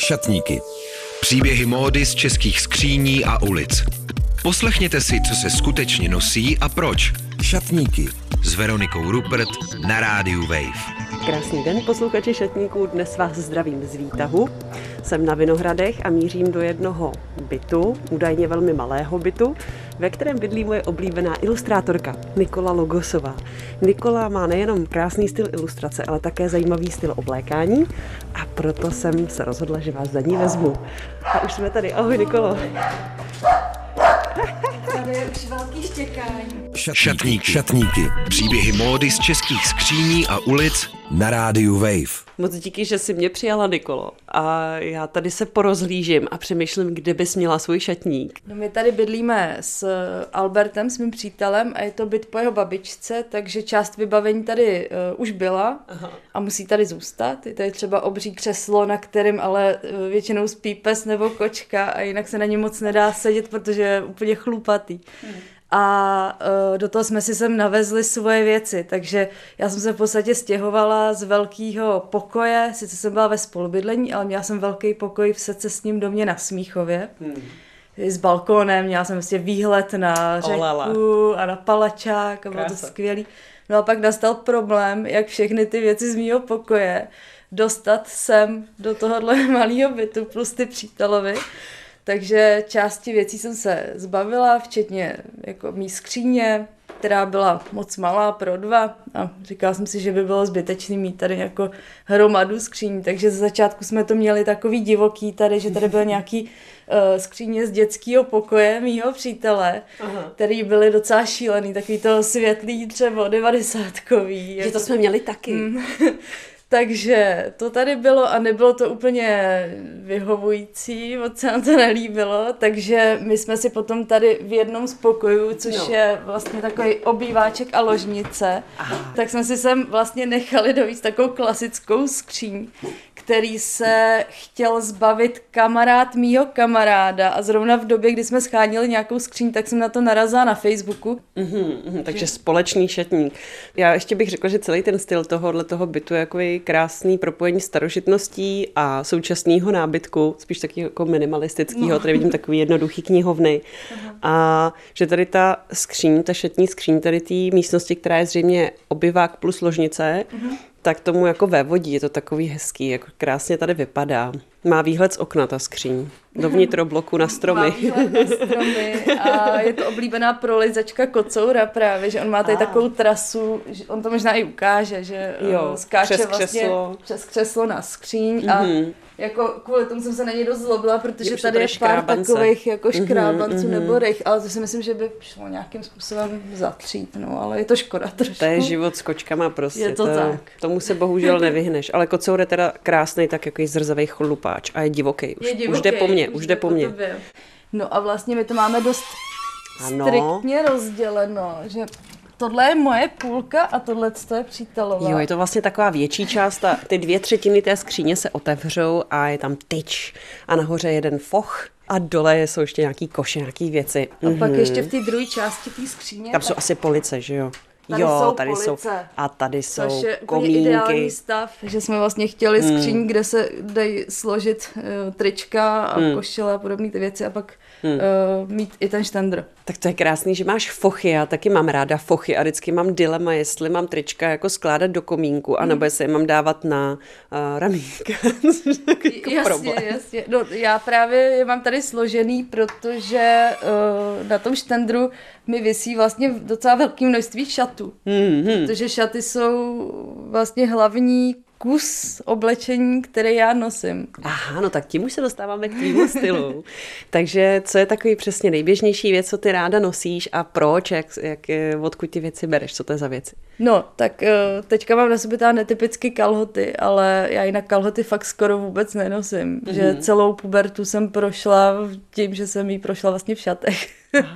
Šatníky. Příběhy módy z českých skříní a ulic. Poslechněte si, co se skutečně nosí a proč. Šatníky s Veronikou Rupert na rádiu Wave. Krásný den, posluchači Šatníků, dnes vás zdravím z výtahu. Jsem na Vinohradech a mířím do jednoho bytu, údajně velmi malého bytu, ve kterém bydlí moje oblíbená ilustrátorka Nikola Logosová. Nikola má nejenom krásný styl ilustrace, ale také zajímavý styl oblékání a proto jsem se rozhodla, že vás za ní vezmu. A už jsme tady. Ahoj, Nikolo. Tady je už velký štěkání. Šatníky. Příběhy módy z českých skříní a ulic na rádiu Wave. Moc díky, že jsi mě přijala, Nikolo. A já tady se porozhlížím a přemýšlím, kde bys měla svůj šatník. No, my tady bydlíme s Albertem, s mým přítelem, a je to byt po jeho babičce, takže část vybavení tady už byla. Aha. A musí tady zůstat. Je tady třeba obří křeslo, na kterém ale většinou spí pes nebo kočka a jinak se na něm moc nedá sedět, protože je úplně chlupatý. A do toho jsme si sem navezli svoje věci, takže já jsem se v podstatě stěhovala z velkého pokoje, sice jsem byla ve spolubydlení, ale měla jsem velký pokoj v secesním domě na Smíchově, s balkónem, měla jsem vlastně výhled na řeku a na Palačák a bylo to skvělý. No a pak nastal problém, jak všechny ty věci z mýho pokoje dostat sem do tohohle malého bytu plus ty přítelovi. Takže části věcí jsem se zbavila, včetně jako mý skříně, která byla moc malá pro dva a říkala jsem si, že by bylo zbytečný mít tady jako hromadu skříní, takže ze začátku jsme to měli takový divoký tady, že tady byly nějaký skříně z dětského pokoje mýho přítele, který byly docela šílený, takový to světlý dřevo, 90kový. Že to jsme měli taky. Takže to tady bylo a nebylo to úplně vyhovující, moc se nám to nelíbilo, takže my jsme si potom tady v jednom z pokojů, což je vlastně takový obýváček a ložnice, tak jsme si sem vlastně nechali dovíct takovou klasickou skříň, který se chtěl zbavit kamarád mýho kamaráda a zrovna v době, kdy jsme scháněli nějakou skříň, tak jsem na to narazila na Facebooku. Takže společný šatník. Já ještě bych řekla, že celý ten styl toho bytu je takový krásný propojení starožitností a současného nábytku, spíš taky jako minimalistického, tady vidím takový jednoduchý knihovny. A že tady ta skříň, ta šatní skříň, tady té místnosti, která je zřejmě obyvák plus ložnice, tak tomu jako vévodí, je to takový hezký, jako krásně tady vypadá. Má výhled z okna ta skříň, do vnitrobloku na stromy. Má výhled na stromy a je to oblíbená prolizačka kocoura právě, že on má tady takovou trasu, že on to možná i ukáže, že skáče přes vlastně přes křeslo na skříň a jako kvůli tomu jsem se na něj dost zlobila, protože tady je pár takových jako škrábanců nebo rych, ale to si myslím, že by šlo nějakým způsobem zatřít, no, ale je to škoda trošku. To je život s kočkama prostě. Je to tak. Tomu se bohužel nevyhneš, ale kocour je teda krásný, tak jako zrzavej chlupáč a je divoký. Už jde po mně. No a vlastně my to máme dost striktně rozděleno, že tohle je moje půlka a tohle je přítelová. Jo, je to vlastně taková větší část a ty 2/3 té skříně se otevřou a je tam tyč a nahoře jeden foch a dole jsou ještě nějaký koše, nějaký věci. A pak ještě v té druhé části té skříně. Tam jsou asi police, že jo? Tady jsou a tady jsou což je komínky. Ideální stav, že jsme vlastně chtěli skříň, kde se dají složit trička a košile a podobné ty věci a pak mít i ten štendr. Tak to je krásný, že máš fochy, já taky mám ráda fochy a vždycky mám dilema, jestli mám trička jako skládat do komínku, anebo jestli je mám dávat na ramínka. Jasně. No, já právě je mám tady složený, protože na tom štendru mi visí vlastně docela velké množství šatů. Protože šaty jsou vlastně hlavní kus oblečení, které já nosím. Aha, no tak tím už se dostáváme k tvýmu stylu. Takže co je takový přesně nejběžnější věc, co ty ráda nosíš a proč, odkud ty věci bereš, co to je za věci? No, tak teďka mám na sobě netypicky kalhoty, ale já jinak kalhoty fakt skoro vůbec nenosím. Že celou pubertu jsem prošla tím, že jsem jí prošla vlastně v šatech.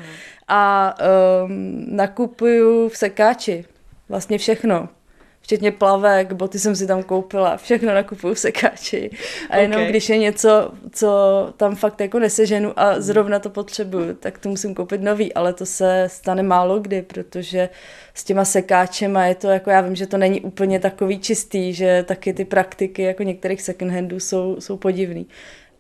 A nakupuju v sekáči vlastně všechno. Včetně plavek, boty jsem si tam koupila, všechno nakupuju v sekáči. A jenom když je něco, co tam fakt jako neseženu a zrovna to potřebuju, tak to musím koupit nový, ale to se stane málo kdy, protože s těma sekáčema je to jako, já vím, že to není úplně takový čistý, že taky ty praktiky jako některých second handů jsou podivný.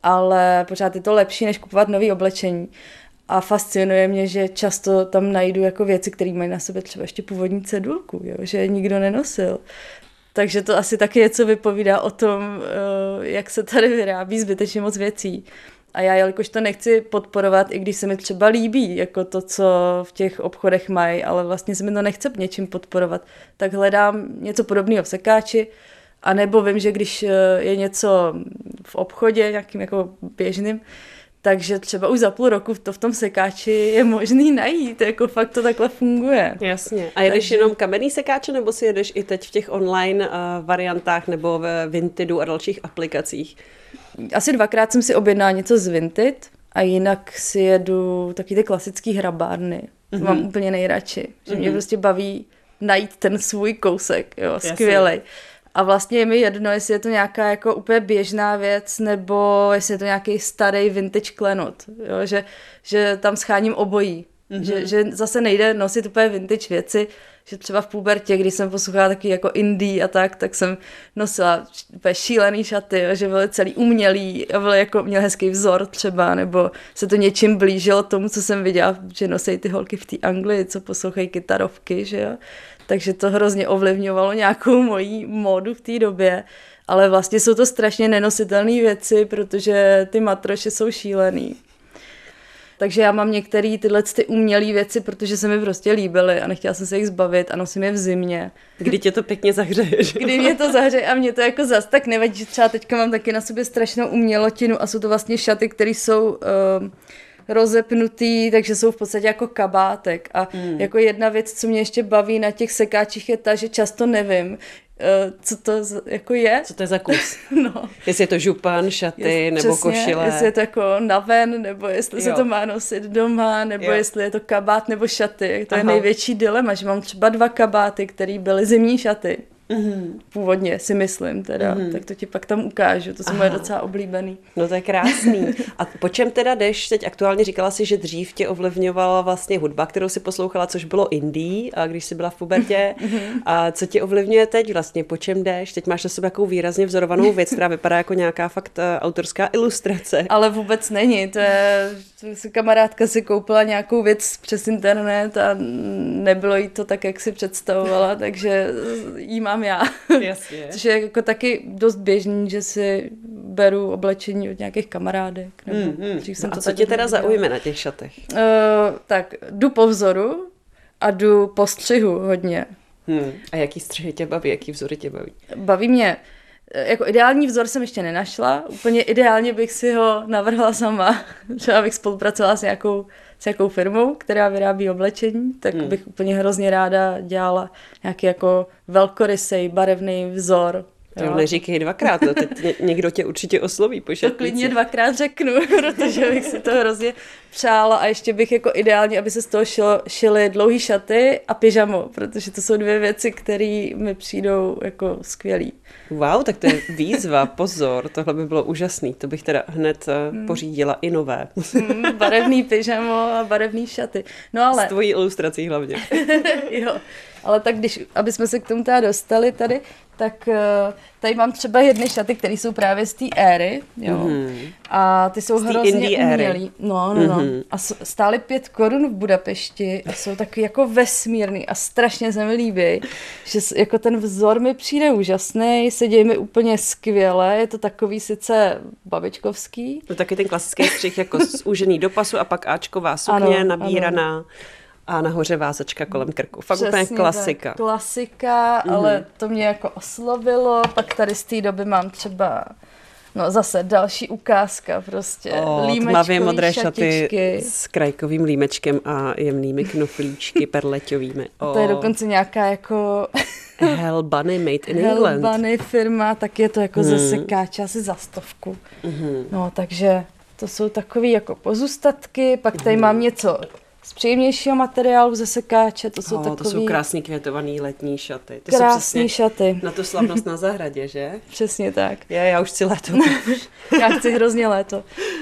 ale pořád je to lepší, než kupovat nový oblečení. A fascinuje mě, že často tam najdu jako věci, které mají na sobě třeba ještě původní cedulku, jo? Že je nikdo nenosil. Takže to asi taky něco vypovídá o tom, jak se tady vyrábí zbytečně moc věcí. A já, jelikož to nechci podporovat, i když se mi třeba líbí, jako to, co v těch obchodech mají, ale vlastně se mi to nechce něčím podporovat, tak hledám něco podobného v sekáči, anebo vím, že když je něco v obchodě, nějakým jako běžným, takže třeba už za půl roku to v tom sekáči je možný najít, jako fakt to takhle funguje. Jasně. A jedeš jenom kamenný sekáče, nebo si jedeš i teď v těch online variantách nebo ve Vintedu a dalších aplikacích? Asi 2krát jsem si objednala něco z Vinted a jinak si jedu taky ty klasický hrabárny. To mám úplně nejradši. Že mě prostě baví najít ten svůj kousek, jo, skvělej. A vlastně je mi jedno, jestli je to nějaká jako úplně běžná věc, nebo jestli je to nějaký starý vintage klenot, jo? Že tam scháním obojí. Že zase nejde nosit úplně vintage věci, že třeba v pubertě, když jsem poslouchala taky jako indie a tak jsem nosila úplně šílený šaty, jo? Že byly celý umělý a byly jako, měl hezký vzor třeba, nebo se to něčím blížilo tomu, co jsem viděla, že nosí ty holky v té Anglii, co poslouchají kytarovky, že jo. Takže to hrozně ovlivňovalo nějakou mojí módu v té době, ale vlastně jsou to strašně nenositelné věci, protože ty matroše jsou šílený. Takže já mám některé tyhle ty umělé věci, protože se mi prostě líbily a nechtěla jsem se jich zbavit a nosím je v zimě. Kdy tě to pěkně zahřeje, že? Kdy mě to zahřeje a mě to jako zas tak nevadí, že třeba teďka mám taky na sobě strašnou umělotinu a jsou to vlastně šaty, které jsou rozepnutý, takže jsou v podstatě jako kabátek. A jako jedna věc, co mě ještě baví na těch sekáčích, je ta, že často nevím, co to jako je. Co to je za kus? No. Jestli je to župan, šaty nebo přesně, košile. Jestli je to jako naven, nebo jestli se to má nosit doma, nebo jestli je to kabát nebo šaty. To je největší dilema, že mám třeba 2 kabáty, které byly zimní šaty. Původně si myslím teda, tak to ti pak tam ukážu, to jsou moje docela oblíbený. No to je krásný. A po čem teda jdeš? Teď aktuálně říkala si, že dřív tě ovlivňovala vlastně hudba, kterou si poslouchala, což bylo indie, a když jsi byla v pubertě. A co tě ovlivňuje teď vlastně? Po čem jdeš? Teď máš na sobě takovou výrazně vzorovanou věc, která vypadá jako nějaká fakt autorská ilustrace. Ale vůbec není, to si kamarádka si koupila nějakou věc přes internet a nebylo jí to tak, jak si představovala, takže jí mám já. Jasně. Což je jako taky dost běžný, že si beru oblečení od nějakých kamarádek. A co tě teda zaujme na těch šatech? Tak jdu po vzoru a jdu po střihu hodně. A jaký střihy tě baví, jaký vzory tě baví? Baví mě, jako ideální vzor jsem ještě nenašla, úplně ideálně bych si ho navrhla sama, třeba bych spolupracovala s nějakou firmou, která vyrábí oblečení, tak bych úplně hrozně ráda dělala nějaký jako velkorysej, barevný vzor. To neříkej 2krát, teď někdo tě určitě osloví po šatnici. To klidně 2krát řeknu, protože bych si to hrozně přála a ještě bych jako ideálně, aby se z toho šily dlouhý šaty a pyžamo, protože to jsou 2 věci, které mi přijdou jako skvělý. Wow, tak to je výzva, pozor, tohle by bylo úžasný, to bych teda hned pořídila i nové. Barevný pyžamo a barevný šaty. No ale... S tvojí ilustrací hlavně. Jo, ale tak aby jsme se k tomu teda dostali tady, tak tady mám třeba jedny šaty, které jsou právě z té éry, jo. A ty jsou hrozně umělý. No. A stály 5 korun v Budapešti a jsou taky jako vesmírný a strašně se mi líbí, že jako ten vzor mi přijde úžasný, sedí mi úplně skvěle, je to takový sice babičkovský. To taky ten klasický střih jako zúžený do pasu a pak áčková sukně, nabíraná. Ano. A nahoře vázačka kolem krku. Fakt úplně klasika. Tak, klasika, ale to mě jako oslovilo. Pak tady z té doby mám třeba, no zase další ukázka prostě. Tmavě modré šaty s krajkovým límečkem a jemnými knoflíčky perleťovými. To je dokonce nějaká jako... Hell Bunny made in England. Hell Bunny firma, tak je to jako ze sekáče asi za 100. No takže to jsou takový jako pozůstatky. Pak tady mám něco z příjemnějšího materiálu ze sekáče, to jsou takový... To jsou krásný květovaný letní šaty. To krásný šaty. Na tu slavnost na zahradě, že? Přesně tak. Já už chci léto. Já chci hrozně léto.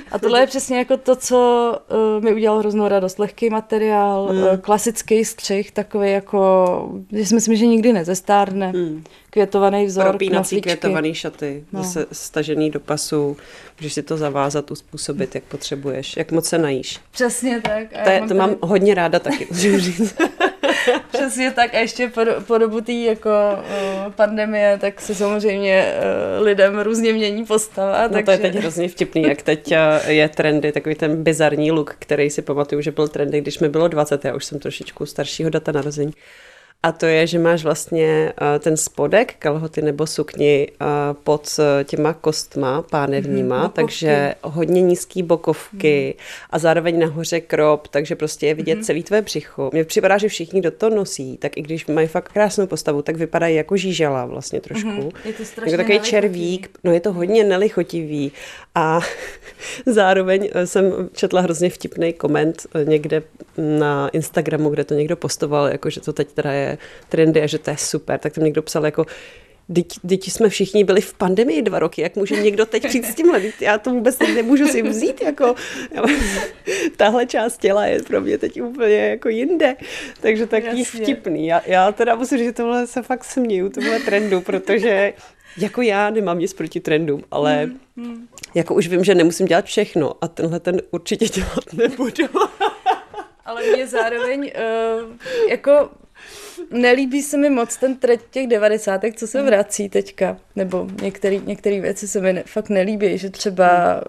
A tohle je přesně jako to, co mi udělalo hroznou radost. Lehký materiál, klasický střih, takový jako, že si myslím, že nikdy nezestárne. Květovaný vzor, propínací květovaný šaty, zase stažený do pasu, můžeš si to zavázat, uspůsobit, jak potřebuješ, jak moc se najíš. Přesně tak. To mám hodně ráda taky, můžu říct. Přesně tak a ještě po dobu té jako pandemie, tak se samozřejmě lidem různě mění postava. No takže... to je teď hrozně vtipný, jak teď je trendy, takový ten bizarní look, který si pamatuju, že byl trendy, když mi bylo 20, já už jsem trošičku staršího data narození. A to je, že máš vlastně ten spodek, kalhoty nebo sukni pod těma kostma pánevníma, takže hodně nízký bokovky a zároveň nahoře krop, takže prostě je vidět celý tvé břicho. Mně připadá, že všichni, kdo to nosí, tak i když mají fakt krásnou postavu, tak vypadají jako žížela vlastně trošku. Je to strašně jako takový červík, no je to hodně nelichotivý a zároveň jsem četla hrozně vtipný koment někde na Instagramu, kde to někdo postoval, jako že to teď teda je trendy a že to je super, tak tam někdo psal jako Děti jsme všichni byli v pandemii 2 roky, jak může někdo teď přijít s tímhle? Já to vůbec nemůžu si vzít, jako tahle část těla je pro mě teď úplně jako jinde, takže taky vtipný. Já teda musím říct, že tohle se fakt směju, tohle trendu, protože jako já nemám nic proti trendům, ale jako už vím, že nemusím dělat všechno a tenhle ten určitě dělat nebudu. Ale mě zároveň jako nelíbí se mi moc ten trend těch 90, co se vrací teďka, nebo některé věci se mi fakt nelíbí, že třeba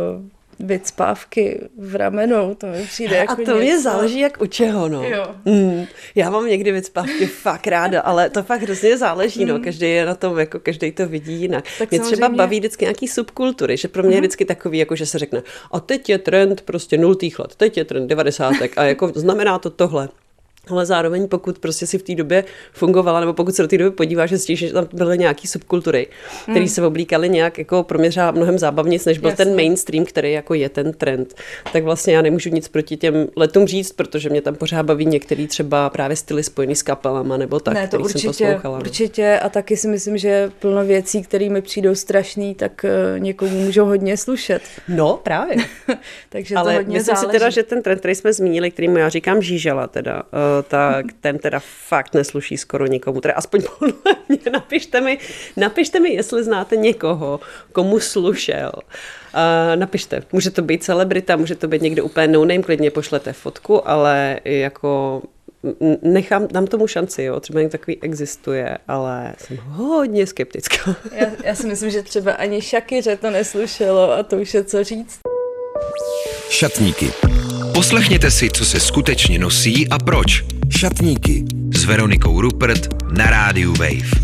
vycpávky v ramenou, to mi přijde jako a to mě záleží jak u čeho, no. Já mám někdy vycpávky fakt ráda, ale to fakt hrozně záleží, no. Každý je na tom, jako každý to vidí jinak. Tak mě třeba baví vždycky nějaký subkultury, že pro mě je vždycky takový, jako že se řekne, a teď je trend prostě 0. let, teď je trend 90. a jako znamená to tohle. Ale zároveň, pokud prostě si v té době fungovala, nebo pokud se do té doby podíváš, že zjistíš, že tam byly nějaký subkultury, které se oblíkaly nějak jako pro mě třeba mnohem zábavnější, než byl ten mainstream, který jako je ten trend. Tak vlastně já nemůžu nic proti těm letům říct, protože mě tam pořád baví některý třeba právě styly spojený s kapelama nebo tak, ne, to který jsem poslouchala. Určitě a taky si myslím, že plno věcí, které mi přijdou strašný, tak někomu můžou hodně slušet. No, právě. Takže ale to hodně myslím záleží. si teda, že ten trend, který jsme zmínili, kterýmu já říkám žížela teda, tak ten teda fakt nesluší skoro nikomu. Teda aspoň podle mě napište mi, jestli znáte někoho, komu slušel. Napište. Může to být celebrita, může to být někdo úplně no-name, klidně pošlete fotku, ale jako dám tomu šanci, jo. Třeba někdo takový existuje, ale jsem hodně skeptická. Já si myslím, že třeba ani Shakiře to neslušelo a to už je co říct. Šatníky. Poslechněte si, co se skutečně nosí a proč. Šatníky s Veronikou Rupert na rádiu Wave.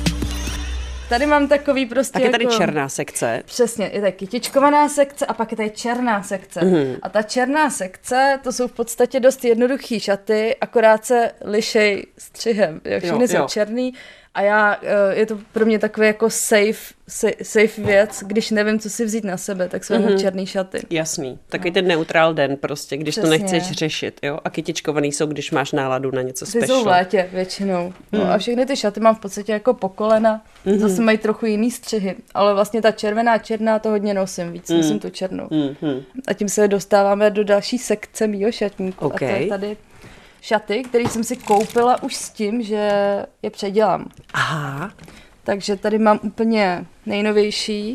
Tady mám takový prostě tak je tady jako... černá sekce. Přesně, je tady kytičkovaná sekce a pak je tady černá sekce. A ta černá sekce, to jsou v podstatě dost jednoduchý šaty, akorát se lišej střihem. Všechny jsou černý a je to pro mě takový jako safe věc, když nevím, co si vzít na sebe, tak jsou černý šaty. Jasný, takový ten neutral den prostě, když to nechceš řešit, jo? A kytičkovaný jsou, když máš náladu na něco special. Ty jsou v létě většinou. No a všechny ty šaty mám v podstatě jako po kolena, zase mají trochu jiný střihy, ale vlastně ta černá to hodně nosím, víc nosím tu černou. A tím se dostáváme do další sekce mýho šatníku. Okay. A to je tady šaty, které jsem si koupila už s tím, že je předělám. Aha. Takže tady mám úplně nejnovější,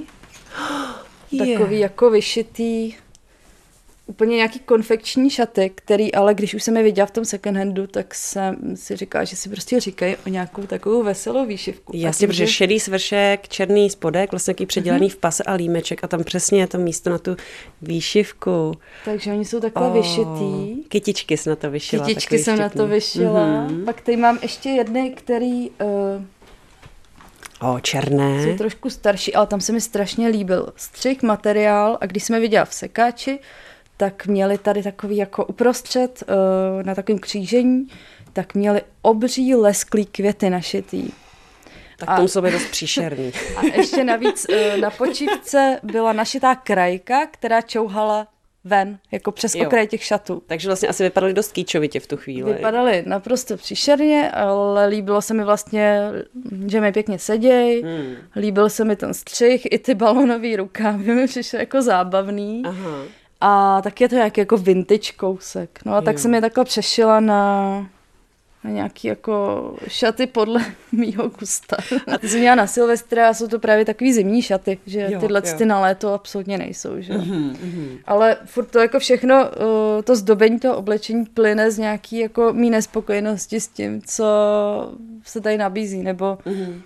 takový jako vyšitý, úplně nějaký konfekční šaty, který ale když už jsem je viděla v tom second handu, tak jsem si říkala, že si prostě říkají o nějakou takovou veselou výšivku. Jasně, protože šedý svršek, černý spodek, vlastně takový předělaný v pase a límeček a tam přesně je to místo na tu výšivku. Takže oni jsou takhle vyšitý. Kytičky jsem na to vyšila. Kytičky jsem na to vyšila. Pak tady mám ještě jedny, který... černé. Jsou trošku starší, ale tam se mi strašně líbil střih, materiál a když jsme viděla v sekáči, tak měli tady takový jako uprostřed na takovém křížení, tak měli obří lesklý květy našitý. Tak to muselo být dost příšerný. A ještě navíc na počívce byla našitá krajka, která čouhala ven, jako přes okraj těch šatů. Takže vlastně asi vypadaly dost kýčovitě v tu chvíli. Vypadaly naprosto příšerně, ale líbilo se mi vlastně, že mi pěkně seděj, líbil se mi ten střih, i ty balónový rukávy mi přišly jako zábavný. Aha. A tak je to nějaký jako vintage kousek. No a tak jsem je takhle přešila na nějaký jako šaty podle mýho gusta. A ty jsem měla na Silvestra a jsou to právě takový zimní šaty, že tyhle ty na léto absolutně nejsou. Že? Ale furt to jako všechno, to zdobení toho oblečení plyne z nějaký jako mý nespokojenosti s tím, co se tady nabízí, nebo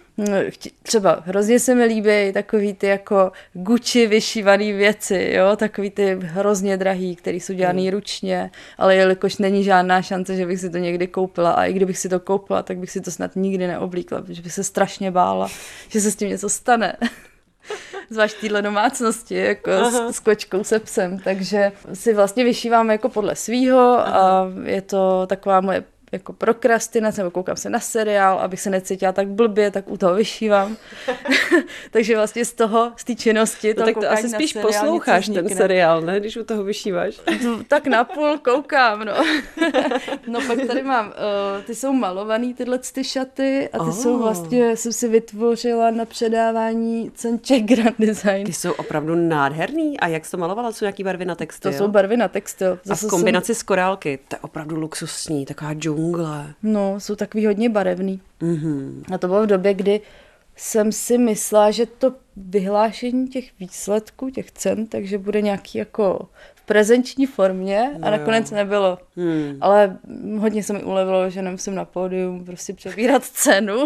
třeba hrozně se mi líbí takový ty jako Gucci vyšívaný věci, jo, takový ty hrozně drahý, který jsou dělaný ručně, ale jelikož není žádná šance, že bych si to někdy koupila a i kdybych si to koupila, tak bych si to snad nikdy neoblíkla, protože bych se strašně bála, že se s tím něco stane. Zvlášť téhle domácnosti, jako s kočkou, se psem, takže si vlastně vyšívám jako podle svýho a je to taková moje jako prokrastinace, nebo koukám se na seriál, abych se necítila tak blbě, tak u toho vyšívám. Takže vlastně z té činnosti no, tak to asi spíš posloucháš ten seriál, ne, když u toho vyšíváš. Tak napůl koukám, no. No pak tady mám, ty jsou malovaný tyhle ty šaty a ty jsou vlastně, jsem si vytvořila na předávání cen Czech Grand Design. Ty jsou opravdu nádherný. A jak jsi to malovala? Jsou nějaký barvy na textil? To jsou barvy na textil. A v kombinaci s korálky, to je opravdu luxusní, taková džungle. No, jsou takový hodně barevný. A to bylo v době, kdy jsem si myslela, že to vyhlášení těch výsledků, těch cen, takže bude nějaký jako v prezenční formě a nakonec nebylo. Ale hodně se mi ulevilo, že nemusím na pódium prostě přebírat cenu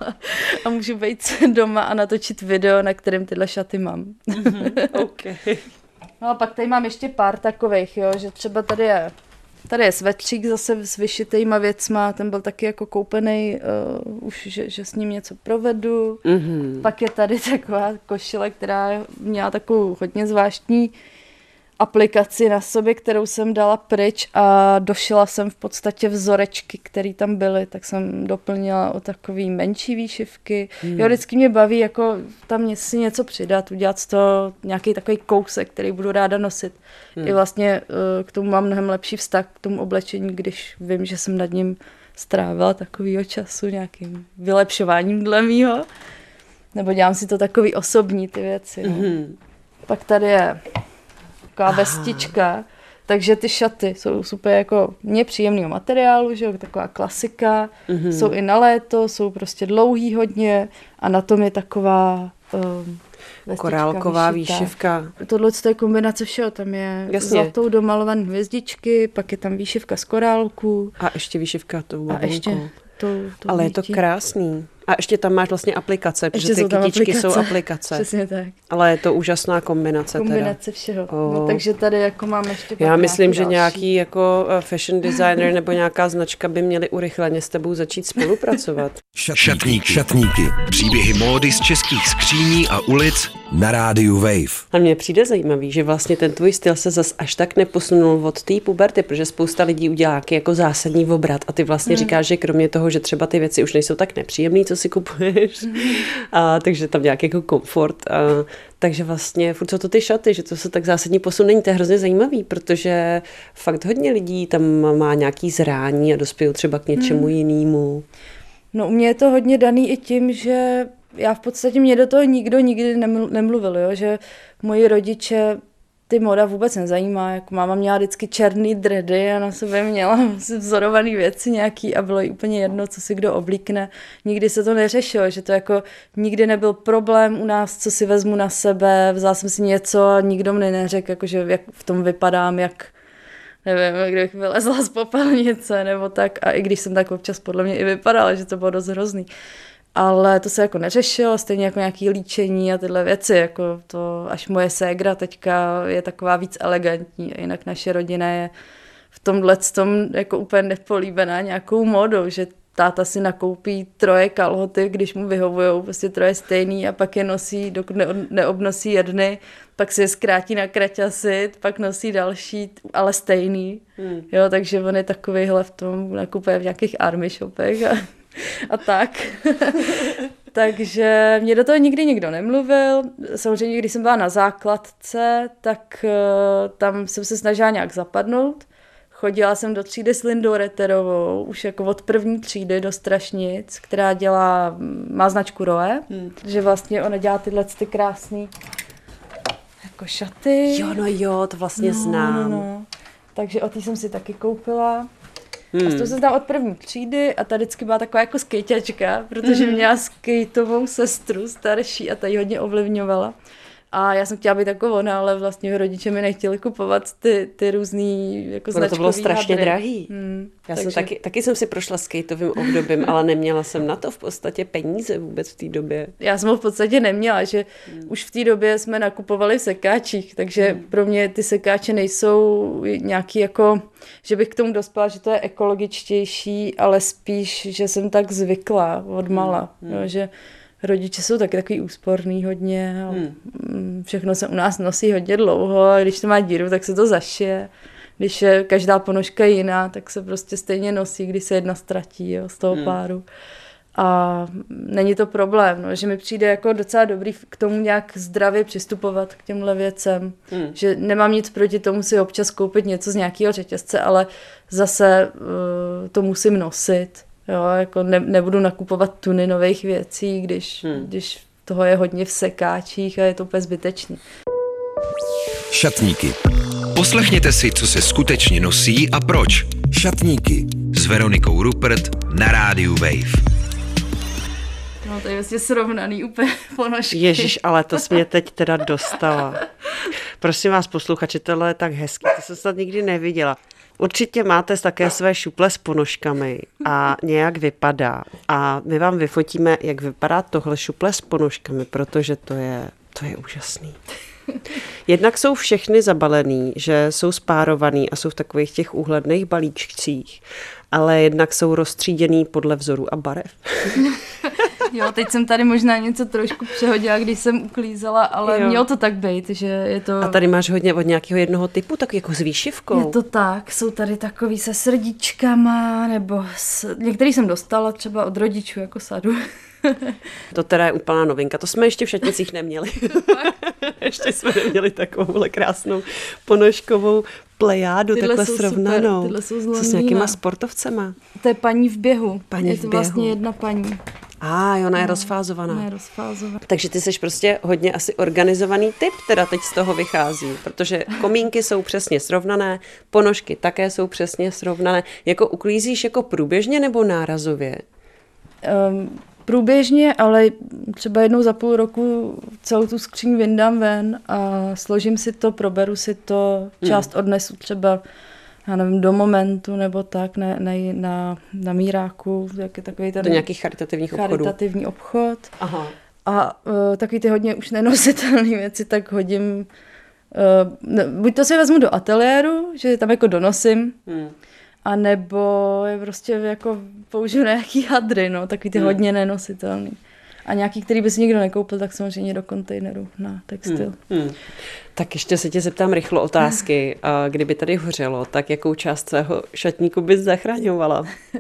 a můžu být doma a natočit video, na kterém tyhle šaty mám. Okay. No a pak tady mám ještě pár takových, jo, že třeba tady je svetřík zase s vyšitejma věcma, ten byl taky jako koupený, už, že s ním něco provedu. Pak je tady taková košile, která měla takovou hodně zvláštní aplikaci na sobě, kterou jsem dala pryč a došila jsem v podstatě vzorečky, které tam byly, tak jsem doplnila o takový menší výšivky. Jo, vždycky mě baví jako tam si něco přidat, udělat z toho nějaký takový kousek, který budu ráda nosit. I vlastně k tomu mám mnohem lepší vztah k tomu oblečení, když vím, že jsem nad ním strávila takovýho času nějakým vylepšováním dle mýho. Nebo dělám si to takový osobní ty věci. No. Pak tady je taková vestička, takže ty šaty jsou super jako nepříjemného materiálu, že jo, taková klasika, jsou i na léto, jsou prostě dlouhý hodně a na tom je taková korálková výšivka. Tohle je kombinace všeho, tam je zlatou domalované hvězdičky, pak je tam výšivka z korálku. A ještě výšivka tou bavlnkou. A ještě ale je to krásný. A ještě tam máš vlastně aplikace, protože ty kytičky jsou aplikace. Přesně tak. Ale je to úžasná kombinace. Kombinace všeho. No, takže tady jako mám ještě já myslím, že nějaký jako fashion designer nebo nějaká značka by měli urychleně s tebou začít spolupracovat. Šatníky. Příběhy módy z českých skříní a ulic na rádiu Wave. A mně přijde zajímavý, že vlastně ten tvůj styl se zas až tak neposunul od té puberty, protože spousta lidí udělá nějaký jako zásadní obrat a ty vlastně říkáš, že kromě toho, že třeba ty věci už nejsou tak nepříjemný, co si kupuješ, takže tam nějaký jako komfort. Takže vlastně furt jsou to ty šaty, že to se tak zásadní posun není, to je hrozně zajímavý, protože fakt hodně lidí tam má nějaký zrání a dospějí třeba k něčemu jinému. No u mě je to hodně daný i tím, že já v podstatě mě do toho nikdo nikdy nemluvil, jo? Že moji rodiče ty moda vůbec nezajímá, jako máma měla vždycky černý dready a na sebe měla vzorovaný věci nějaký a bylo jí úplně jedno, co si kdo oblíkne. Nikdy se to neřešilo, že to jako nikdy nebyl problém u nás, co si vezmu na sebe, vzala jsem si něco a nikdo mi neřekl, jakože jak v tom vypadám, jak nevím, kdybych vylezla z popelnice nebo tak a i když jsem tak občas podle mě i vypadala, že to bylo dost hrozný. Ale to se jako neřešilo, stejně jako nějaké líčení a tyhle věci, jako to, až moje ségra teďka je taková víc elegantní a jinak naše rodina je v tomhletom jako úplně nepolíbená nějakou módou, že táta si nakoupí 3 kalhoty, když mu vyhovujou, prostě 3 stejný a pak je nosí, dokud neobnosí jedny, pak si je zkrátí na kraťasy, pak nosí další, ale stejný. Jo, takže on je takovýhle v tom, nakupuje v nějakých army shopech a tak. Takže mě do toho nikdy nikdo nemluvil. Samozřejmě, když jsem byla na základce, tak tam jsem se snažila nějak zapadnout. Chodila jsem do třídy s Lindou Retterovou, už jako od první třídy do Strašnic, která má značku Roe, že vlastně ona dělá tyhle ty krásný jako šaty. Jo, to vlastně znám. No. Takže o té jsem si taky koupila. A s tou se znám od první třídy a ta vždycky byla taková jako skejťačka, protože měla skejtovou sestru starší a ta ji hodně ovlivňovala. A já jsem chtěla být jako ona, ale vlastně rodiče mi nechtěli kupovat ty různý jako značkový to bylo strašně hadry. drahý. Já jsem taky jsem si prošla skateovým obdobím, ale neměla jsem na to v podstatě peníze vůbec v té době. Já jsem ho v podstatě neměla, že už v té době jsme nakupovali v sekáčích, takže pro mě ty sekáče nejsou nějaký jako, že bych k tomu dospěla, že to je ekologičtější, ale spíš, že jsem tak zvykla odmala, že rodiče jsou taky takový úsporný hodně. Všechno se u nás nosí hodně dlouho a když to má díru, tak se to zašije. Když je každá ponožka jiná, tak se prostě stejně nosí, když se jedna ztratí z toho páru. A není to problém, že mi přijde jako docela dobrý k tomu nějak zdravě přistupovat k těmhle věcem. Že nemám nic proti tomu si občas koupit něco z nějakého řetězce, ale zase to musím nosit. Jo, jako nebudu nakupovat tuny nových věcí, když toho je hodně v sekáčích a je to úplně zbytečný. Šatníky. Poslechněte si, co se skutečně nosí a proč. Šatníky s Veronikou Rupert na rádiu Wave. No to je vlastně srovnaný úplně ponožky. Ježiš, ale to jsi mě teď teda dostala. Prosím vás, posluchači, tohle je tak hezký, to jsem snad nikdy neviděla. Určitě máte také své šuple s ponožkami a nějak vypadá. A my vám vyfotíme, jak vypadá tohle šuple s ponožkami, protože to je úžasný. Jednak jsou všechny zabalený, že jsou spárovaný a jsou v takových těch úhledných balíčcích, ale jednak jsou roztříděný podle vzoru a barev. Jo, teď jsem tady možná něco trošku přehodila, když jsem uklízela, ale mělo to tak být, že je to... A tady máš hodně od nějakého jednoho typu, tak jako s výšivkou. Je to tak, jsou tady takový se srdíčkama, nebo některý jsem dostala třeba od rodičů jako sadu. To teda je úplná novinka, to jsme ještě v šatnicích neměli. Ještě jsme neměli takovouhle krásnou ponožkovou plejádu, tyhle takhle jsou srovnanou. Super, tyhle jsou co s nějakýma sportovcema? To je paní v běhu. Je to vlastně jedna paní. Ona je rozfázovaná. Ona je rozfázovaná. Takže ty jsi prostě hodně asi organizovaný typ, teda teď z toho vychází, protože komínky jsou přesně srovnané, ponožky také jsou přesně srovnané. Jako uklízíš jako průběžně nebo nárazově? Průběžně, ale třeba jednou za půl roku celou tu skříň vyndám ven a složím si to, proberu si to, část odnesu třeba, já nevím, do Momentu nebo tak, na Míráku, jak je takový ten... Do nějakých charitativních obchodů. Charitativní obchod. Aha. A takový ty hodně už nenositelné věci, tak hodím, buď to si vezmu do ateliéru, že tam jako donosím, a nebo je prostě jako použiju nějaký hadry, takový ty hodně nenositelný. A nějaký, který by si nikdo nekoupil, tak samozřejmě do kontejneru na textil. Tak ještě se tě zeptám rychlo otázky. Kdyby tady hořelo, tak jakou část svého šatníku bys zachraňovala?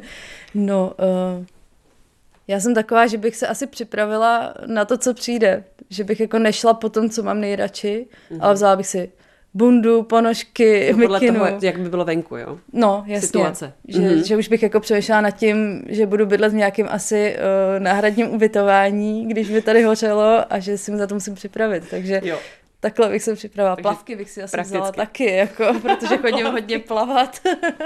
Já jsem taková, že bych se asi připravila na to, co přijde. Že bych jako nešla po tom, co mám nejradši, ale vzala bych si bundu, ponožky, podle mikinu. toho, jak by bylo venku, jo? No, jasně. Situace. Že už bych jako přemýšlela nad tím, že budu bydlet v nějakém asi náhradním ubytování, když by tady hořelo a že si za to musím připravit. Takže takhle bych se připravila. Plavky bych si asi vzala taky, jako, protože chodím hodně plavat.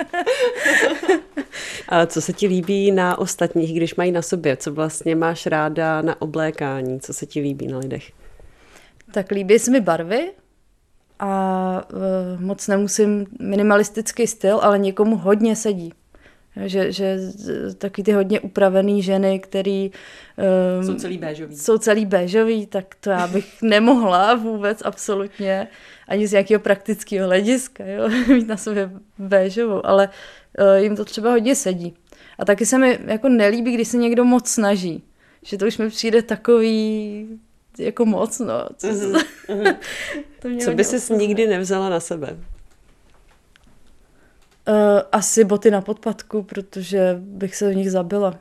A co se ti líbí na ostatních, když mají na sobě? Co vlastně máš ráda na oblékání? Co se ti líbí na lidech? Tak líbí se mi barvy. A moc nemusím minimalistický styl, ale někomu hodně sedí. Že taky ty hodně upravený ženy, který jsou celý béžový, tak to já bych nemohla vůbec absolutně ani z nějakého praktického hlediska, mít na sobě béžovou, ale jim to třeba hodně sedí. A taky se mi jako nelíbí, když se někdo moc snaží. Že to už mi přijde takový jako moc, Co by ses nikdy nevzala na sebe? Asi boty na podpatku, protože bych se v nich zabila.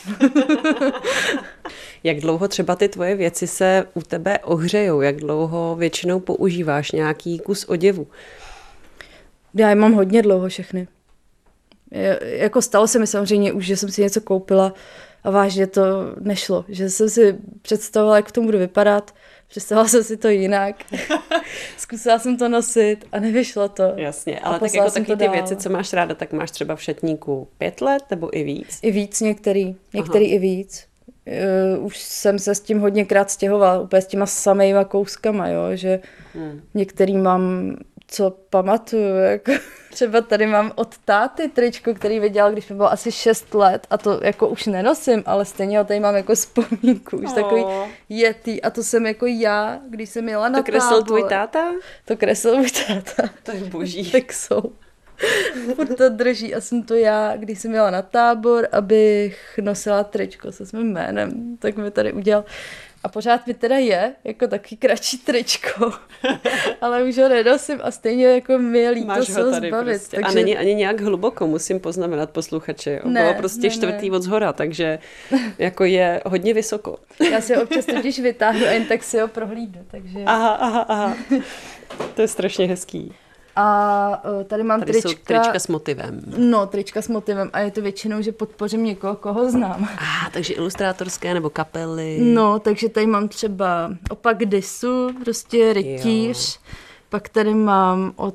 Jak dlouho třeba ty tvoje věci se u tebe ohřejou? Jak dlouho většinou používáš nějaký kus oděvu? Já je mám hodně dlouho všechny. Jako stalo se mi samozřejmě už, že jsem si něco koupila a vážně to nešlo. Že jsem si představovala, jak v tom budu vypadat. Představila jsem si to jinak. Zkusila jsem to nosit a nevyšlo to. Jasně, ale tak jako taky ty věci, co máš ráda, tak máš třeba v šatníku 5 let nebo i víc? I víc některý i víc. Už jsem se s tím hodněkrát stěhovala, úplně s těma samejma kouskama, jo, že některý mám, co pamatuju, jako třeba tady mám od táty tričko, který vydělal, když mi bylo asi 6 let a to jako už nenosím, ale stejně ho tady mám jako vzpomínku, už takový jetý a to jsem jako já, když jsem jela na tábor. To kreslil tvůj táta? To kreslil můj táta. To je boží. Tak jsou. Furt to drží a jsem to já, když jsem jela na tábor, abych nosila tričko se svým jménem, tak mi tady udělal. A pořád mi teda je, jako taky kratší tričko, ale už ho nenosím a stejně jako mi je líto se ho zbavit. Prostě. Takže... A není ani nějak hluboko, musím poznamenat posluchače. Jo? Ne, bylo prostě čtvrtý od zhora, takže jako je hodně vysoko. Já si ho občas totiž vytáhnu a jen tak si ho prohlídnu. Takže... Aha. To je strašně hezký. A tady mám tady jsou trička s motivem. No, trička s motivem a je to většinou, že podpořím někoho, koho znám. Takže ilustrátorské nebo kapely. No, takže tady mám třeba opak Disu, prostě rytíř. Jo. Pak tady mám od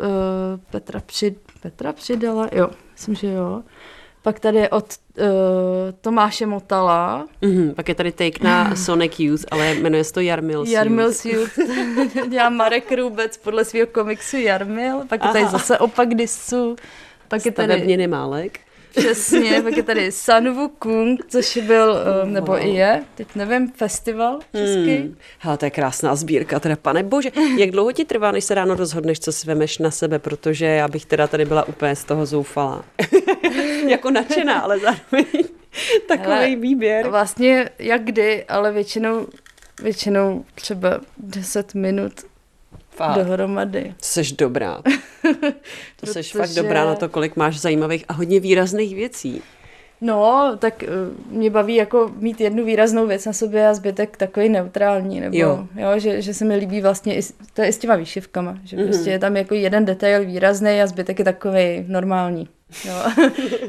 Petra Přidala, jo, myslím, že jo. Pak tady je od Tomáše Motala. Pak je tady take na Sonic Youth, ale jmenuje se to Jarmil's Youth. Dělá Marek Růbec podle svého komiksu Jarmil. Pak je tady zase opak Disu. Pak je tady Stavebniny Málek. Přesně, pak je tady Sun Wukong, což byl, nebo i je, teď nevím, festival český. Hele, to je krásná sbírka, teda pane bože. Jak dlouho ti trvá, než se ráno rozhodneš, co si vemeš na sebe, protože já bych teda tady byla úplně z toho zoufalá. Jako nadšená, ale zároveň takovej výběr. Vlastně jak kdy, ale většinou třeba 10 minut dohromady. Jseš dobrá. To seš fakt dobrá na to, kolik máš zajímavých a hodně výrazných věcí. No, tak mě baví jako mít jednu výraznou věc na sobě a zbytek takový neutrální, nebo jo, že se mi líbí vlastně, to je i s těma výšivkama, že prostě je tam jako jeden detail výrazný a zbytek je takový normální. Jo.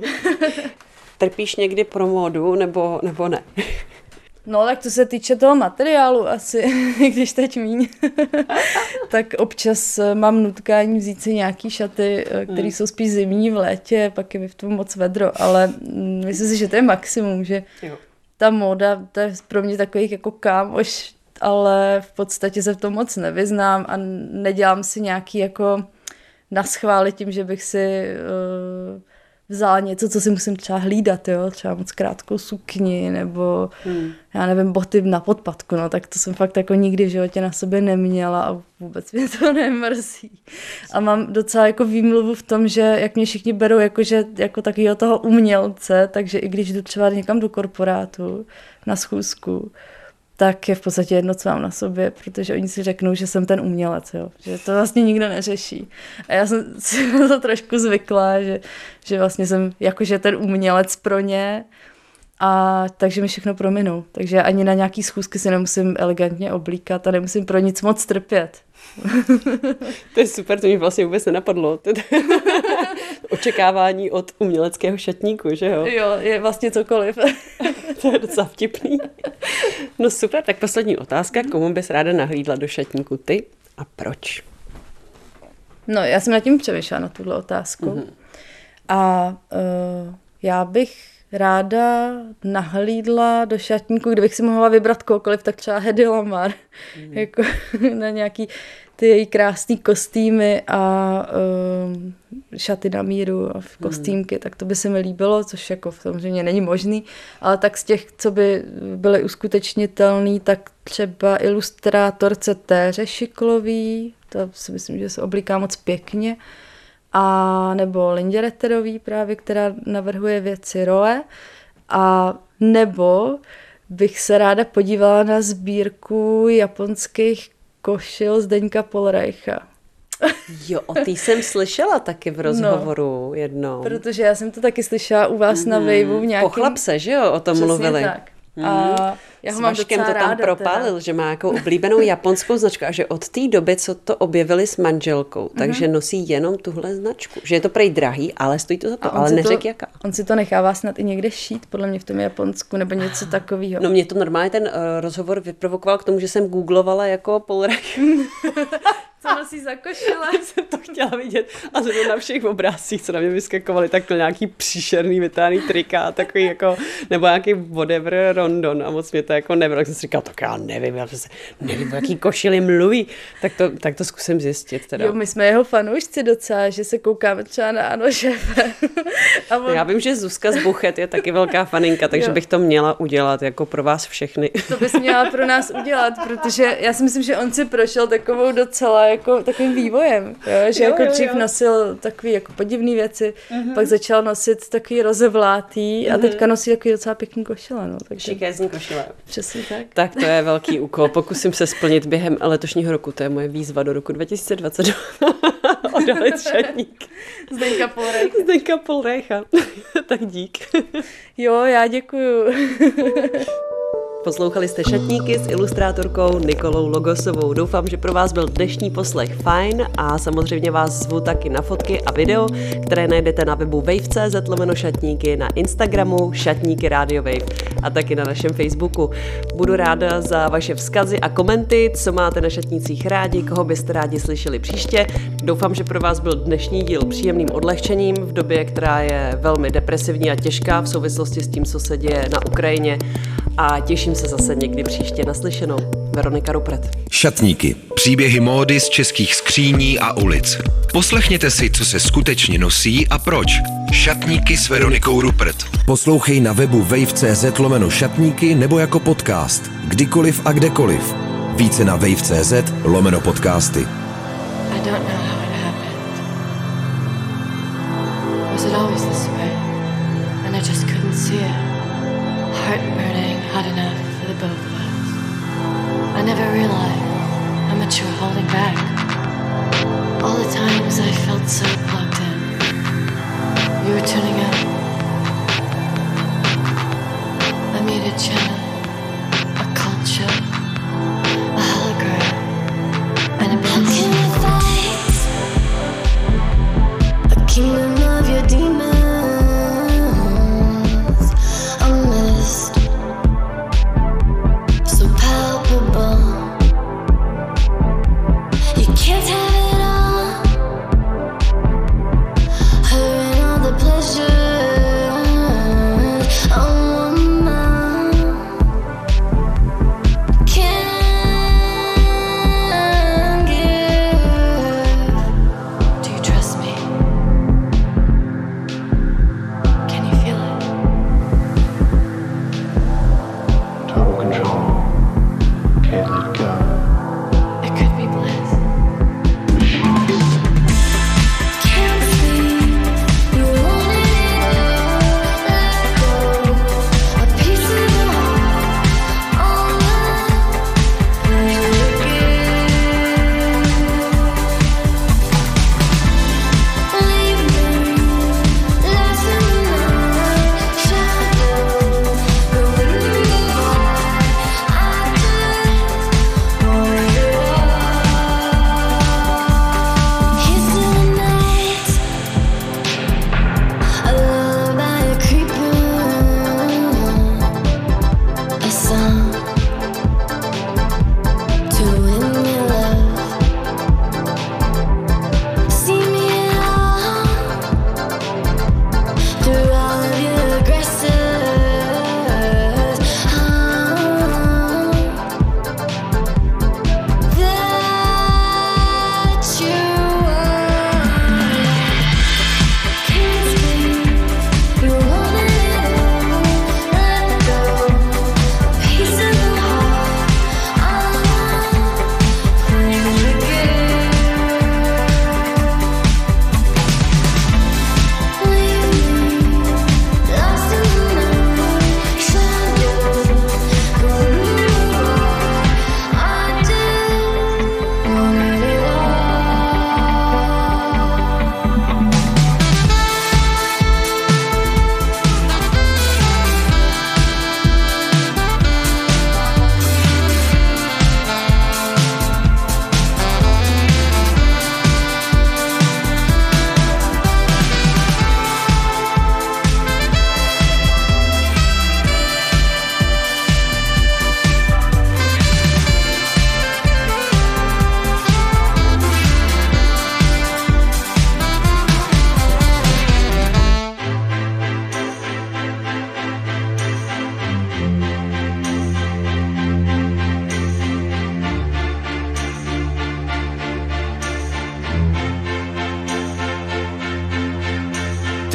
Trpíš někdy pro módu, nebo ne? No, tak co se týče toho materiálu asi, když teď míň, tak občas mám nutkání vzít si nějaký šaty, které jsou spíš zimní v létě, pak je mi v tom moc vedro, ale myslím si, že to je maximum, že ta móda, to je pro mě takových jako kámoš, ale v podstatě se v tom moc nevyznám a nedělám si nějaký jako naschvály tím, že bych si vzala něco, co si musím třeba hlídat, jo, třeba moc krátkou sukni, nebo já nevím, boty na podpatku, no, tak to jsem fakt jako nikdy v životě na sobě neměla a vůbec mě to nemrzí. A mám docela jako výmluvu v tom, že jak mě všichni berou jako takového toho umělce, takže i když jdu třeba někam do korporátu na schůzku, tak je v podstatě jedno, co mám na sobě, protože oni si řeknou, že jsem ten umělec, jo, že to vlastně nikdo neřeší. A já jsem si na to trošku zvykla, že vlastně jsem jakože ten umělec pro ně a takže mi všechno prominou. Takže ani na nějaký schůzky si nemusím elegantně oblíkat a nemusím pro nic moc trpět. To je super, to mi vlastně vůbec nenapadlo. Očekávání od uměleckého šatníku, že jo? Jo, je vlastně cokoliv. To je docela vtipný. No super, tak poslední otázka. Komu bys ráda nahlídla do šatníku ty a proč? No, já jsem nad tím přemýšlela na tuhle otázku. A já bych ráda nahlídla do šatníku, kdybych si mohla vybrat kohokoliv, tak třeba Hedy Lamar. Jako na nějaký ty její krásný kostýmy a šaty na míru a kostýmky, tak to by se mi líbilo, což jako samozřejmě není možný, ale tak z těch, co by byly uskutečnitelný, tak třeba ilustrátorce Téře Šiklový, to si myslím, že se oblíká moc pěkně, a nebo Lindě Retterový právě, která navrhuje věci Roe, a nebo bych se ráda podívala na sbírku japonských košil Zdeňka Polreicha. Jo, o tý jsem slyšela taky v rozhovoru jednou. Protože já jsem to taky slyšela u vás na Waveu v nějakém... Pochlapse, že jo, o tom mluvili. Tak. A já ho mám Vaškem docela to tam ráda, propálil, teda. Že má jako oblíbenou japonskou značku a že od té doby, co to objevili s manželkou, takže nosí jenom tuhle značku. Že je to prej drahý, ale stojí to za to, ale neřek jaká. On si to nechává snad i někde šít, podle mě v tom Japonsku, nebo něco takového. No mě to normálně ten rozhovor vyprovokoval k tomu, že jsem googlovala jako Polrak. Co nosí za košile? Jsem to chtěla vidět a jsem na všech obrázcích, co na mě vyskakovaly, takhle nějaký příšerný vytáhný trika, takový jako, nebo nějaký whatever rondon a moc mě to jako nebylo. Tak jsem si říkala, tak já nevím, nevím, o jaký košili mluví, tak to zkusím zjistit teda. Jo, my jsme jeho fanoušci docela, že se koukáme třeba na Ano šéfe. A on... Já vím, že Zuzka z Buchet je taky velká faninka, takže bych to měla udělat jako pro vás všechny. To bys měla pro nás udělat, protože já si myslím, že on si prošel takovou docela jako takovým vývojem, jo? Že jako dřív nosil takový jako podivný věci, pak začal nosit takový rozevlátý a teďka nosí takový docela pěkný košile. No, šikézní košile. Přesně tak. Tak to je velký úkol, pokusím se splnit během letošního roku, to je moje výzva do roku 2022. Odalit šatník. Zdenka Polrécha. Tak dík. Jo, já děkuju. Poslouchali jste Šatníky s ilustrátorkou Nikolou Logosovou. Doufám, že pro vás byl dnešní poslech fajn a samozřejmě vás zvu taky na fotky a video, které najdete na webu wave.cz/šatníky, na Instagramu Šatníky Radio Wave a taky na našem Facebooku. Budu ráda za vaše vzkazy a komenty, co máte na šatnících rádi, koho byste rádi slyšeli příště. Doufám, že pro vás byl dnešní díl příjemným odlehčením v době, která je velmi depresivní a těžká v souvislosti s tím, co se děje na Ukrajině. A těším se zase někdy příště. Naslyšenou. Veronika Rupert. Šatníky. Příběhy módy z českých skříní a ulic. Poslechněte si, co se skutečně nosí a proč. Šatníky s Veronikou Rupert. Poslouchej na webu wave.cz/šatníky nebo jako podcast. Kdykoliv a kdekoliv. Více na wave.cz/podcasty. I don't know how it happened. Was it always this way? And I just couldn't see it. Heart burning hot enough for the both of us. I never realized how much you were holding back. All the times I felt so plugged in. You were tuning out. A muted channel, a cold shell, a hologram, and a pencil. A kingdom of your demons.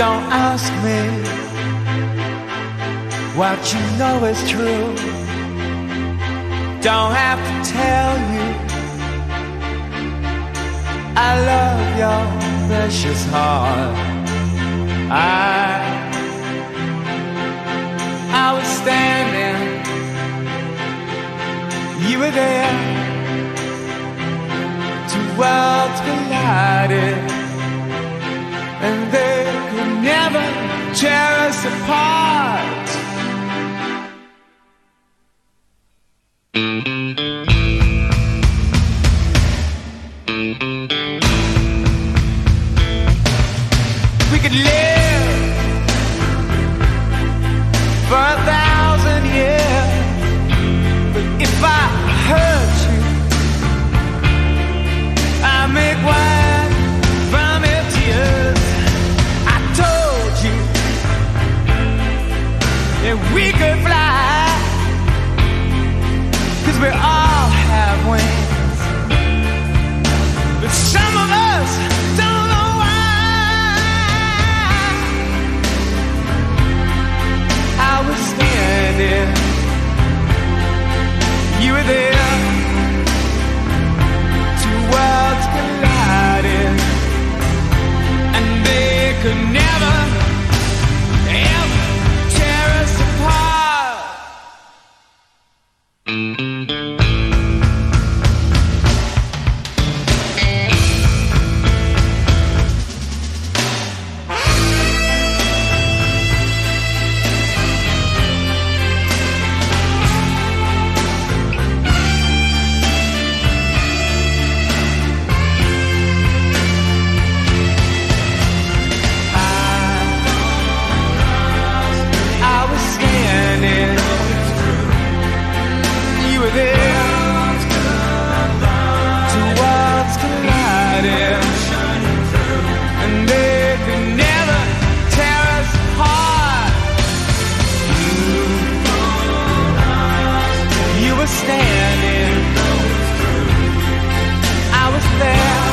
Don't ask me what you know is true. Don't have to tell you I love your precious heart. I was standing, you were there. Two worlds collided, and they could never tear us apart. We could live for 1,000 years, but if I hurt you, I make wine from your tears. I told you that we could fly, 'cause we all have wings, but some of us don't know why. I was standing, you were there. Two worlds collided, and they could never, ever tear us apart. I was standing, you were there. Two worlds collided, and they could never tear us apart. You were standing, I was there.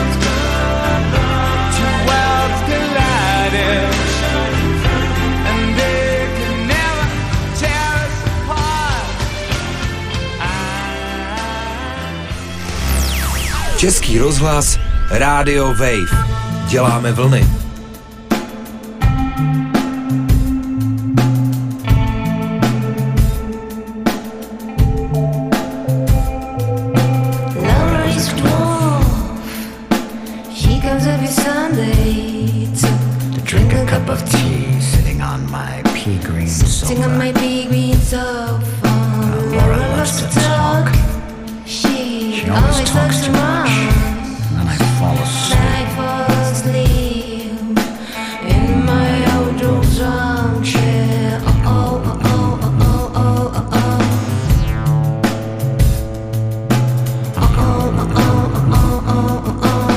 Two worlds collided, and they could never tear us apart. Český rozhlas, Rádio Wave. Děláme vlny. Laura is a dwarf. She comes every Sunday to drink a cup of tea, Sitting on my pea green sitting on sofa. my big green sofa. Laura loves to talk. She always always talks talks too too much. much. And I fall asleep. I fall asleep in my old Joe's armchair. Oh, oh, oh, oh, oh, oh, oh, oh. Oh, oh, oh, oh, oh, oh, oh.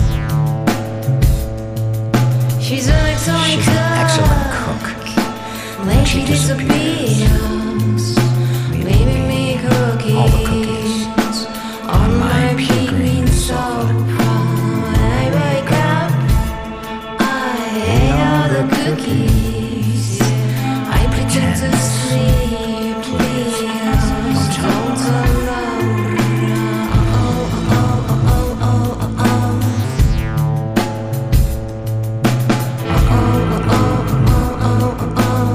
She's an She's an excellent cook. when she She disappears, disappears, leaving me cookies, all the cookies on my pea green sofa. When I wake up, I ate all the cookies. I pretend to sleep, please don't tell Laura. Oh, oh, oh, oh, oh, oh, oh. Oh, oh, oh, oh, oh, oh.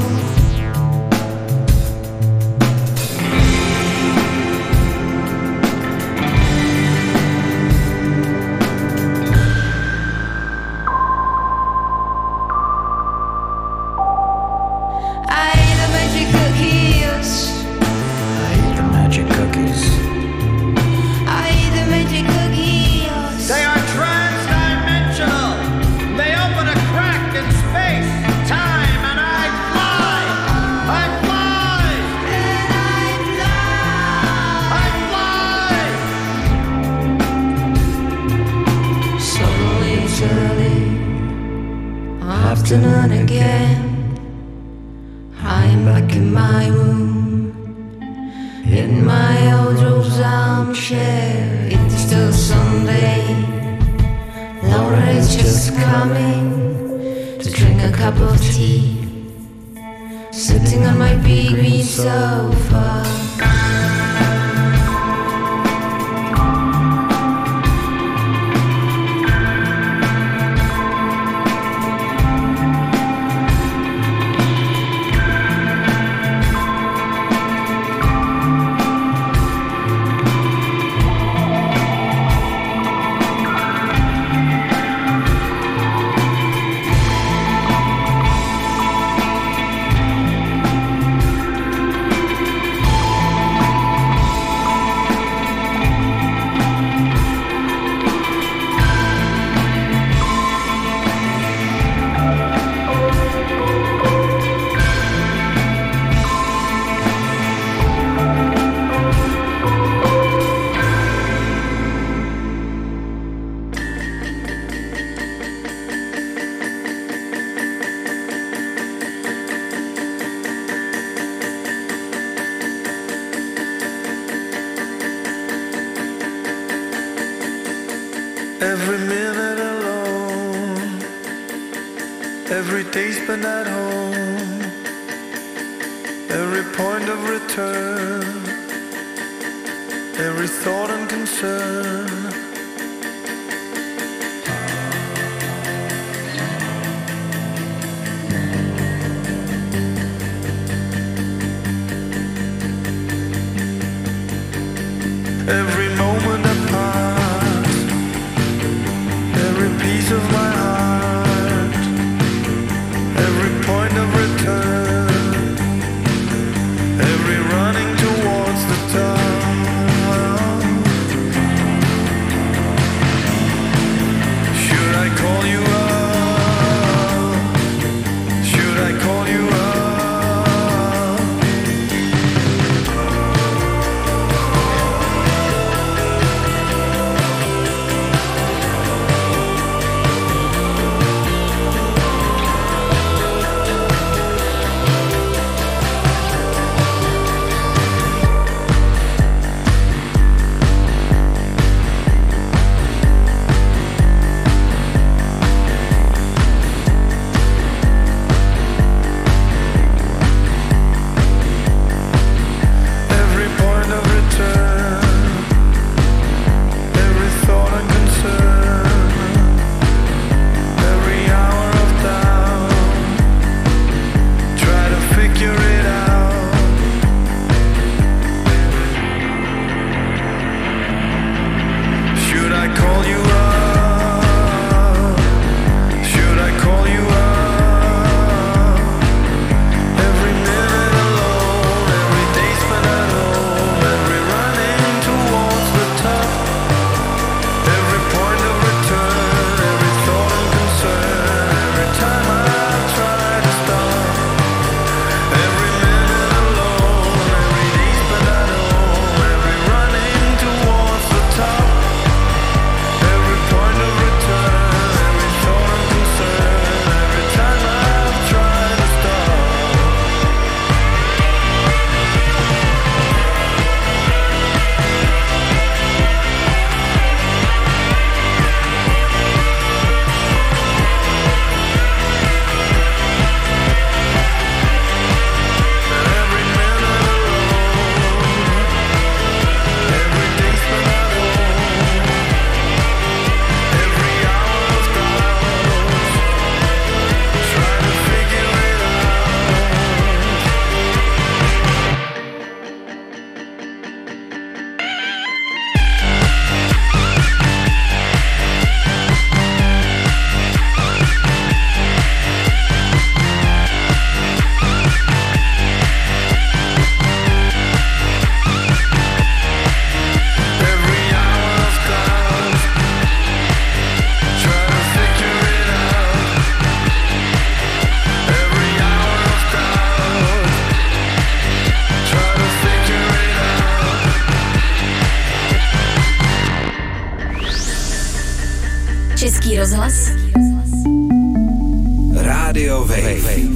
I ate the magic cookies. I eat the magic cookies. I ate the magic cookies. They are trans-dimensional. They open a crack in space, time, and I fly. I fly. I fly. Slowly, slowly, afternoon again. I'm back in my room, in my old Joe's armchair. It's still Sunday. Laura is just coming to drink a a cup of tea, sitting on my big green sofa. Every minute alone, every day spent at home, every point of return, every thought and concern. Every moment that passed, every piece of my heart, every point of return, every running towards the top. Should I call you up? Should I call you up? Every point of return, every thought and concern, every hour of doubt, try to figure it out. Should I call you up? Should I call you up? Every minute alone, every day spent at home, every running towards the top, every point of return, every thought and concern, every time I try to stop. Every minute alone, every day spent at home, every running towards the top, every point of return, every thought and concern, every time I've tried to stop. Every minute alone, every day spent at home, every hour of doubt, trying to figure it every hour of doubt, trying to figure it out. Every hour of doubt, trying to figure it out. Český rozhlas Radio Wave.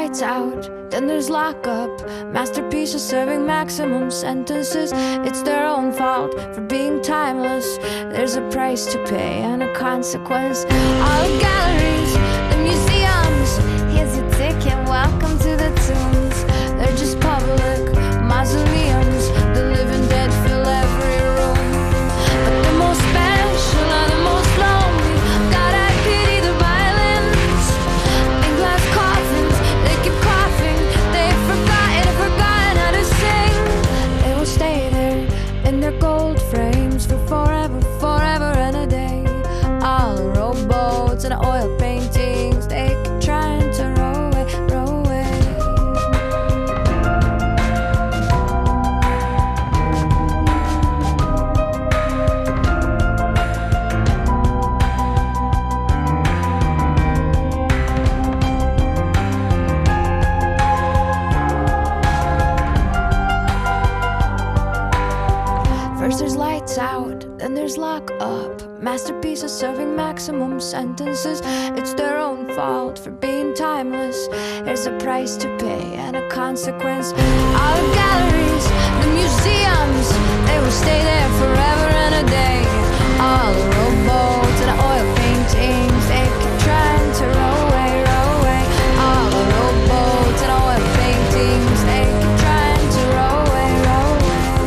lights out, then there's lockup. Masterpieces serving maximum sentences. It's their own fault for being timeless. There's a price to pay and a consequence. All the galleries, the museums. Here's your ticket, welcome to the tombs. They're just public mausoleums. The living dead fill every room. But the most special are the most lonely. God, I pity the violence. In glass coffins, they keep coughing. They've forgotten how to sing. They will stay there in their gold frames for forever, forever and a day. All the rowboats and oil paintings, they keep trying to row away, row away. First there's lights out, then there's lock up. Masterpieces serving maximum sentences. It's their own fault for being timeless. There's a price to pay and a consequence. All the galleries, the museums, they will stay there forever and a day. All the rowboats and the oil paintings, they keep trying to row away, row away. All the rowboats and oil paintings, they keep trying to row away, row away.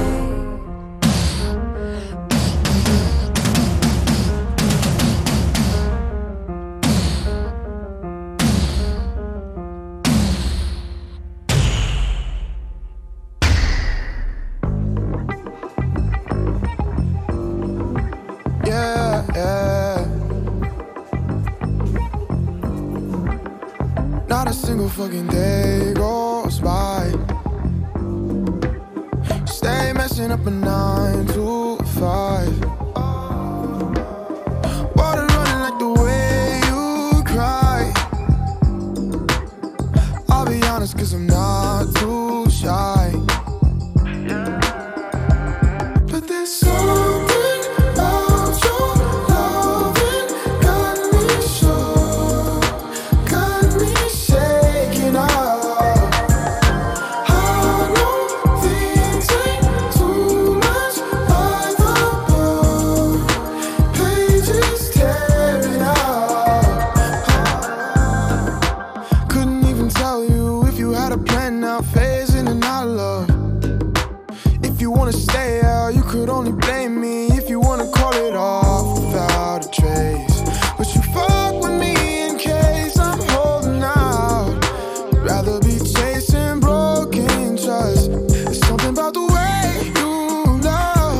Yeah, yeah. Not a single fucking day goes by. Stay messing up a 9 to 5. Water running like the way you cry. I'll be honest, 'cause I'm not too shy. But there's something about your loving got me shook, got me shaking up. I know things ain't too much like the book, pages tearing up. Couldn't even tell you if you had a plan now, phasing and out of love. If you wanna stay out, you could only blame me. If you wanna call it off without a trace, but you fuck with me in case I'm holding out. Rather be chasing broken trust. There's something about the way you love,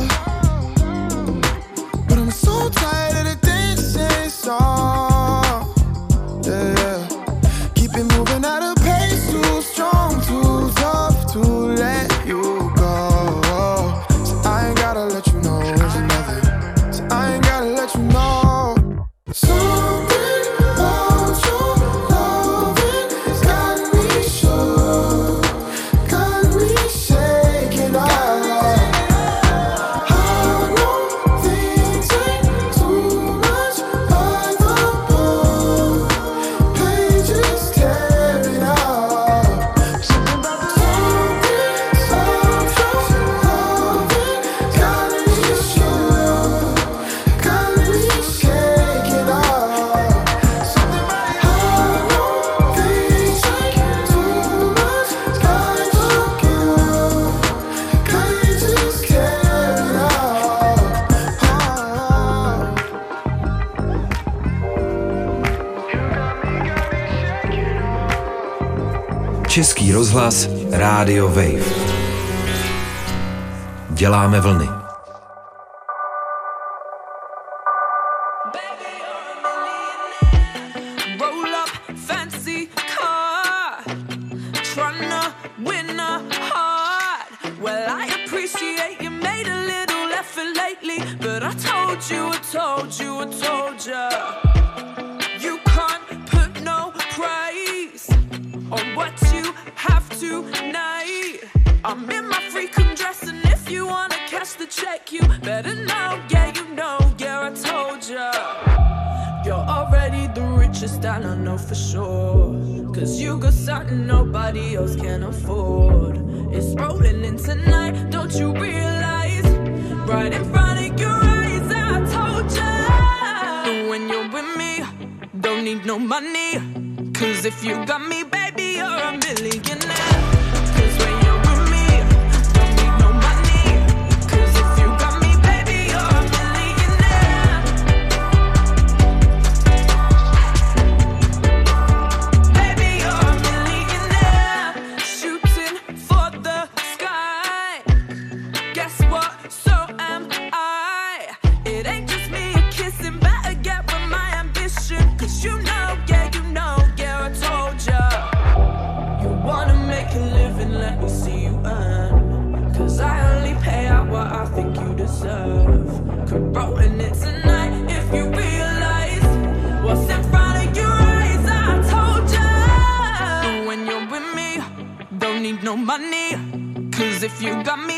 but I'm so tired of the dancing song. Yeah, yeah. Keep it moving at a pace too strong, too tough to let you go. So I ain't gotta let you know there's another. So I ain't gotta let you know. Something about your loving has got me shook, got me shaking up. I know things ain't too much like the book, pages tearing up. Something about the got me shook, got me shaking up. Something about I know things ain't too much like the book, pages tearing up. Český rozhlas Rádio Wave. Děláme vlny. Roll up, fancy car, tryna win a heart. Well, I appreciate you made a little effort lately, but I told you, you can't put no price on what you have tonight. I'm in my freakum dress, and if you wanna cash the check, you better know, yeah, you know, yeah, I told ya. You're already the richest just that I know for sure. Cause you got something nobody else can afford. It's rolling in tonight, don't you realize? Right in front of your eyes, I told you. When you're with me, don't need no money. Cause if you got me, baby, you're a millionaire. Cause when you're with me, don't need no money. Cause if you got me, baby, you're a millionaire. Baby, you're a millionaire. Shooting for the sky. Guess what? So am I. It ain't just me kissing, better get with my ambition. Cause you know, yeah, you know, yeah, I told ya. You wanna make a living, let me see you earn. Cause I only pay out what I think you deserve. Rolling it tonight, if you realize what's in front of your eyes, I told ya. When you're with me, don't need no money. Cause if you got me,